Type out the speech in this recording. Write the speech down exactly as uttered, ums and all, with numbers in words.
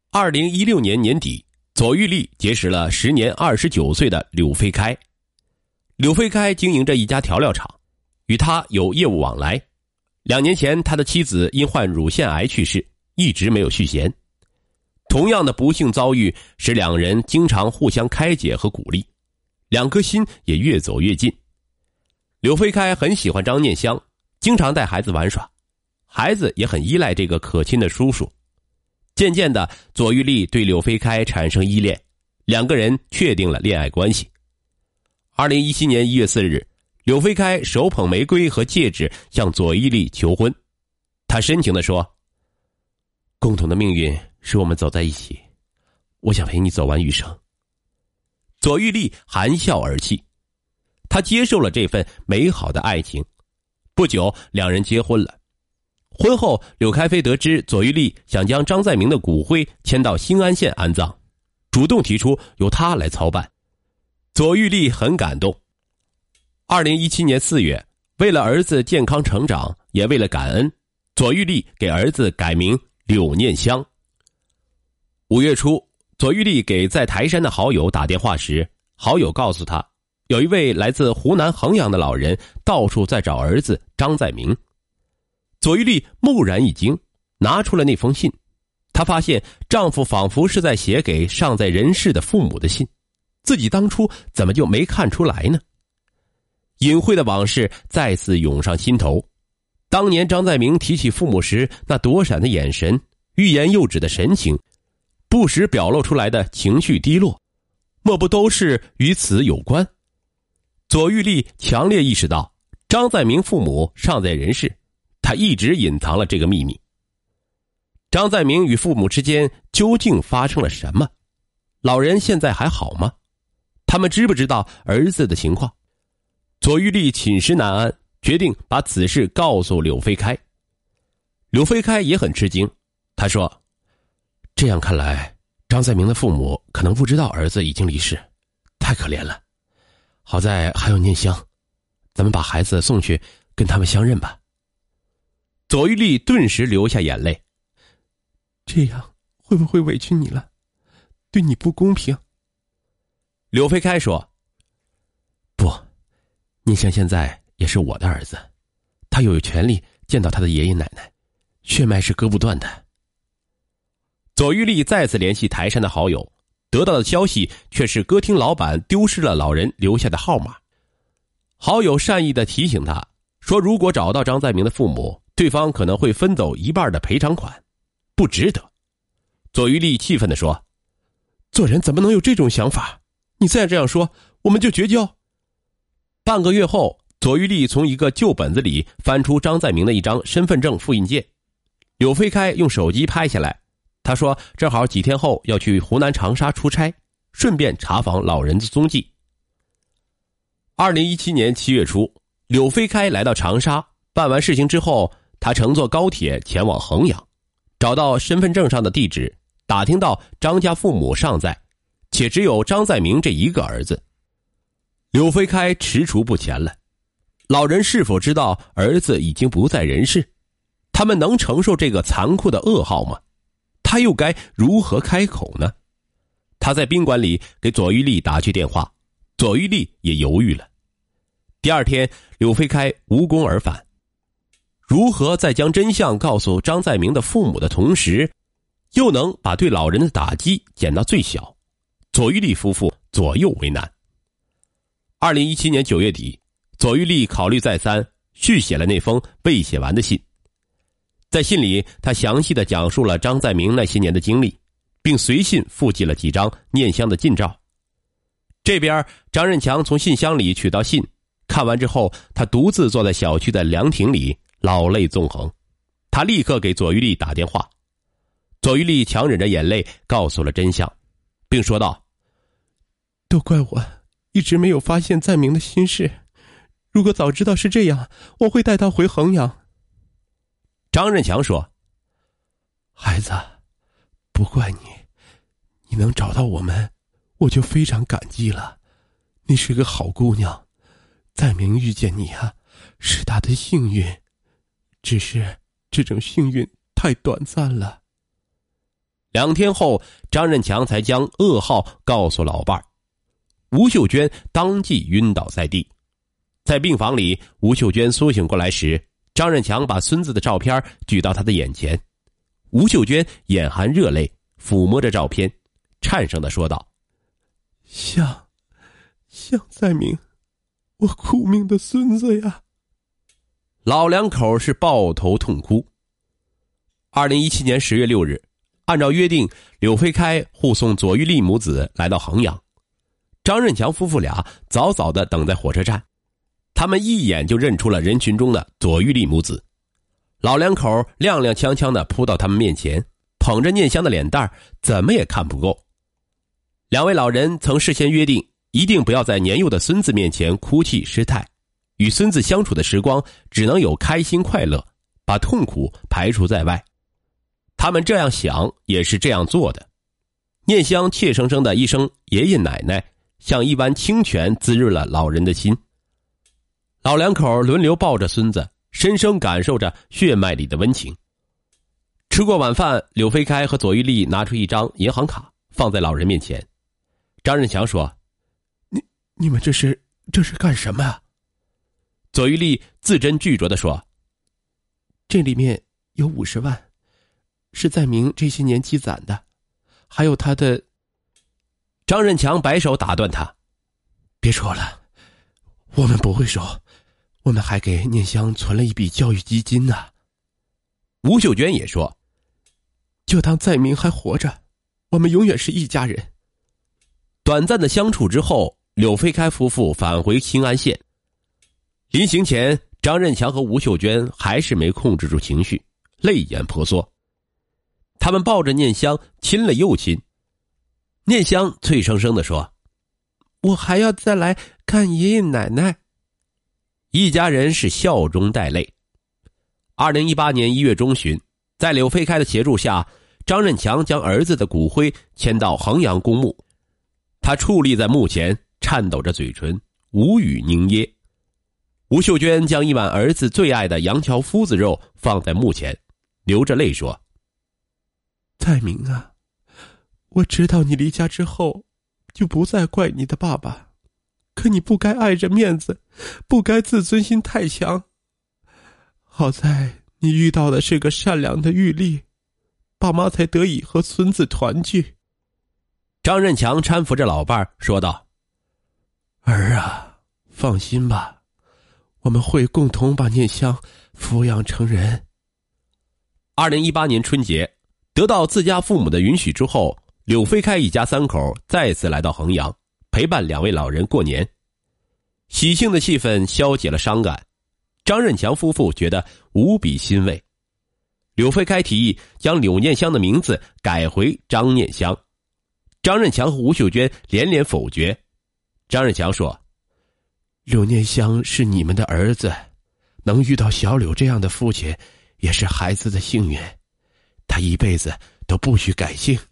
二零一六年年底，左玉丽结识了时年二十九岁的柳飞开。柳飞开经营着一家调料厂，与他有业务往来。两年前，他的妻子因患乳腺癌去世，一直没有续弦。同样的不幸遭遇使两人经常互相开解和鼓励，两颗心也越走越近。柳飞开很喜欢张念香，经常带孩子玩耍，孩子也很依赖这个可亲的叔叔。渐渐的，左玉丽对柳飞开产生依恋，两个人确定了恋爱关系。二零一七年一月四日，柳飞开手捧玫瑰和戒指向左玉丽求婚。他深情地说：共同的命运使我们走在一起，我想陪你走完余生。左玉丽含笑而泣，她接受了这份美好的爱情。不久，两人结婚了。婚后，柳开飞得知左玉丽想将张在明的骨灰迁到兴安县安葬，主动提出由他来操办。左玉丽很感动。二零一七年四月，为了儿子健康成长，也为了感恩，左玉丽给儿子改名柳念香。五月初，左玉丽给在台山的好友打电话时，好友告诉他，有一位来自湖南衡阳的老人到处在找儿子张在明。左玉丽蓦然一惊，拿出了那封信。她发现丈夫仿佛是在写给尚在人世的父母的信，自己当初怎么就没看出来呢？隐晦的往事再次涌上心头。当年张在明提起父母时那躲闪的眼神，欲言又止的神情，不时表露出来的情绪低落，莫不都是与此有关？左玉丽强烈意识到张在明父母尚在人世，他一直隐藏了这个秘密。张在明与父母之间究竟发生了什么？老人现在还好吗？他们知不知道儿子的情况？左玉丽寝食难安，决定把此事告诉柳飞开。柳飞开也很吃惊，他说：这样看来，张在明的父母可能不知道儿子已经离世，太可怜了。好在还有念香，咱们把孩子送去跟他们相认吧。左玉丽顿时流下眼泪。这样会不会委屈你了？对你不公平。柳飞开说：不，念香现在也是我的儿子，他有权利见到他的爷爷奶奶，血脉是割不断的。左玉丽再次联系台山的好友，得到的消息却是歌厅老板丢失了老人留下的号码。好友善意地提醒他说，如果找到张在明的父母，对方可能会分走一半的赔偿款，不值得。左玉丽气愤地说：做人怎么能有这种想法？你再这样说，我们就绝交。半个月后，左玉丽从一个旧本子里翻出张在明的一张身份证复印件。柳飞开用手机拍下来，他说正好几天后要去湖南长沙出差，顺便查访老人的踪迹。二零一七年七月初，柳飞开来到长沙，办完事情之后，他乘坐高铁前往衡阳，找到身份证上的地址，打听到张家父母尚在，且只有张在明这一个儿子。柳飞开踟蹰不前了。老人是否知道儿子已经不在人世？他们能承受这个残酷的噩耗吗？他又该如何开口呢？他在宾馆里给左玉丽打去电话，左玉丽也犹豫了。第二天，柳飞开无功而返。如何在将真相告诉张在明的父母的同时，又能把对老人的打击减到最小？左玉丽夫妇左右为难。二零一七年九月底，左玉丽考虑再三，续写了那封未写完的信。在信里，他详细地讲述了张在明那些年的经历，并随信附寄了几张念香的近照。这边，张任强从信箱里取到信，看完之后，他独自坐在小区的凉亭里，老泪纵横。他立刻给左玉丽打电话。左玉丽强忍着眼泪告诉了真相，并说道：都怪我一直没有发现在明的心事，如果早知道是这样，我会带他回衡阳。张任强说：孩子，不怪你，你能找到我们，我就非常感激了。你是个好姑娘，在明遇见你啊，是他的幸运，只是这种幸运太短暂了。 两天后，张任强才将噩耗告诉老伴儿。吴秀娟当即晕倒在地。在病房里，吴秀娟苏醒过来时，张任强把孙子的照片举到她的眼前。吴秀娟眼含热泪，抚摸着照片，颤声地说道： 像像在明，我苦命的孙子呀。 老两口是抱头痛哭。二零一七年十月六日，按照约定，柳飞开护送左玉丽母子来到衡阳。张任强夫妇俩早早地等在火车站，他们一眼就认出了人群中的左玉丽母子。老两口踉踉跄跄地扑到他们面前，捧着念香的脸蛋，怎么也看不够。两位老人曾事先约定，一定不要在年幼的孙子面前哭泣失态，与孙子相处的时光只能有开心快乐，把痛苦排除在外。他们这样想，也是这样做的。念香怯生生的一声爷爷奶奶，像一湾清泉滋润了老人的心。老两口轮流抱着孙子，深深感受着血脉里的温情。吃过晚饭，柳飞开和左玉丽拿出一张银行卡放在老人面前。张任强说： 你你们这是这是干什么啊？ 左玉丽字斟句酌地说： 这里面有五十万，是在明这些年积攒的，还有他的。 张任强摆手打断他： 别说了，我们不会收，我们还给念香存了一笔教育基金呢。 吴秀娟也说： 就当在明还活着，我们永远是一家人。 短暂的相处之后，柳飞开夫妇返回兴安县。临行前，张任强和吴秀娟还是没控制住情绪，泪眼婆娑。他们抱着念香亲了又亲。念香脆生生地说： 我还要再来看爷爷奶奶。 一家人是笑中带泪。二零一八年一月中旬，在柳飞开的协助下，张任强将儿子的骨灰迁到衡阳公墓。他矗立在墓前，颤抖着嘴唇，无语凝噎。吴秀娟将一碗儿子最爱的杨桥夫子肉放在墓前，流着泪说： 在明啊，我知道你离家之后就不再怪你的爸爸，可你不该碍着面子，不该自尊心太强。好在你遇到的是个善良的玉丽，爸妈才得以和孙子团聚。 张任强搀扶着老伴儿说道： 儿啊，放心吧，我们会共同把念香抚养成人。 二零一八年春节，得到自家父母的允许之后，柳飞开一家三口再次来到衡阳，陪伴两位老人过年。喜庆的气氛消解了伤感，张任强夫妇觉得无比欣慰。柳飞开提议将柳念香的名字改回张念香，张任强和吴秀娟连连否决。张任强说： 柳念香是你们的儿子，能遇到小柳这样的父亲，也是孩子的幸运，他一辈子都不许改姓。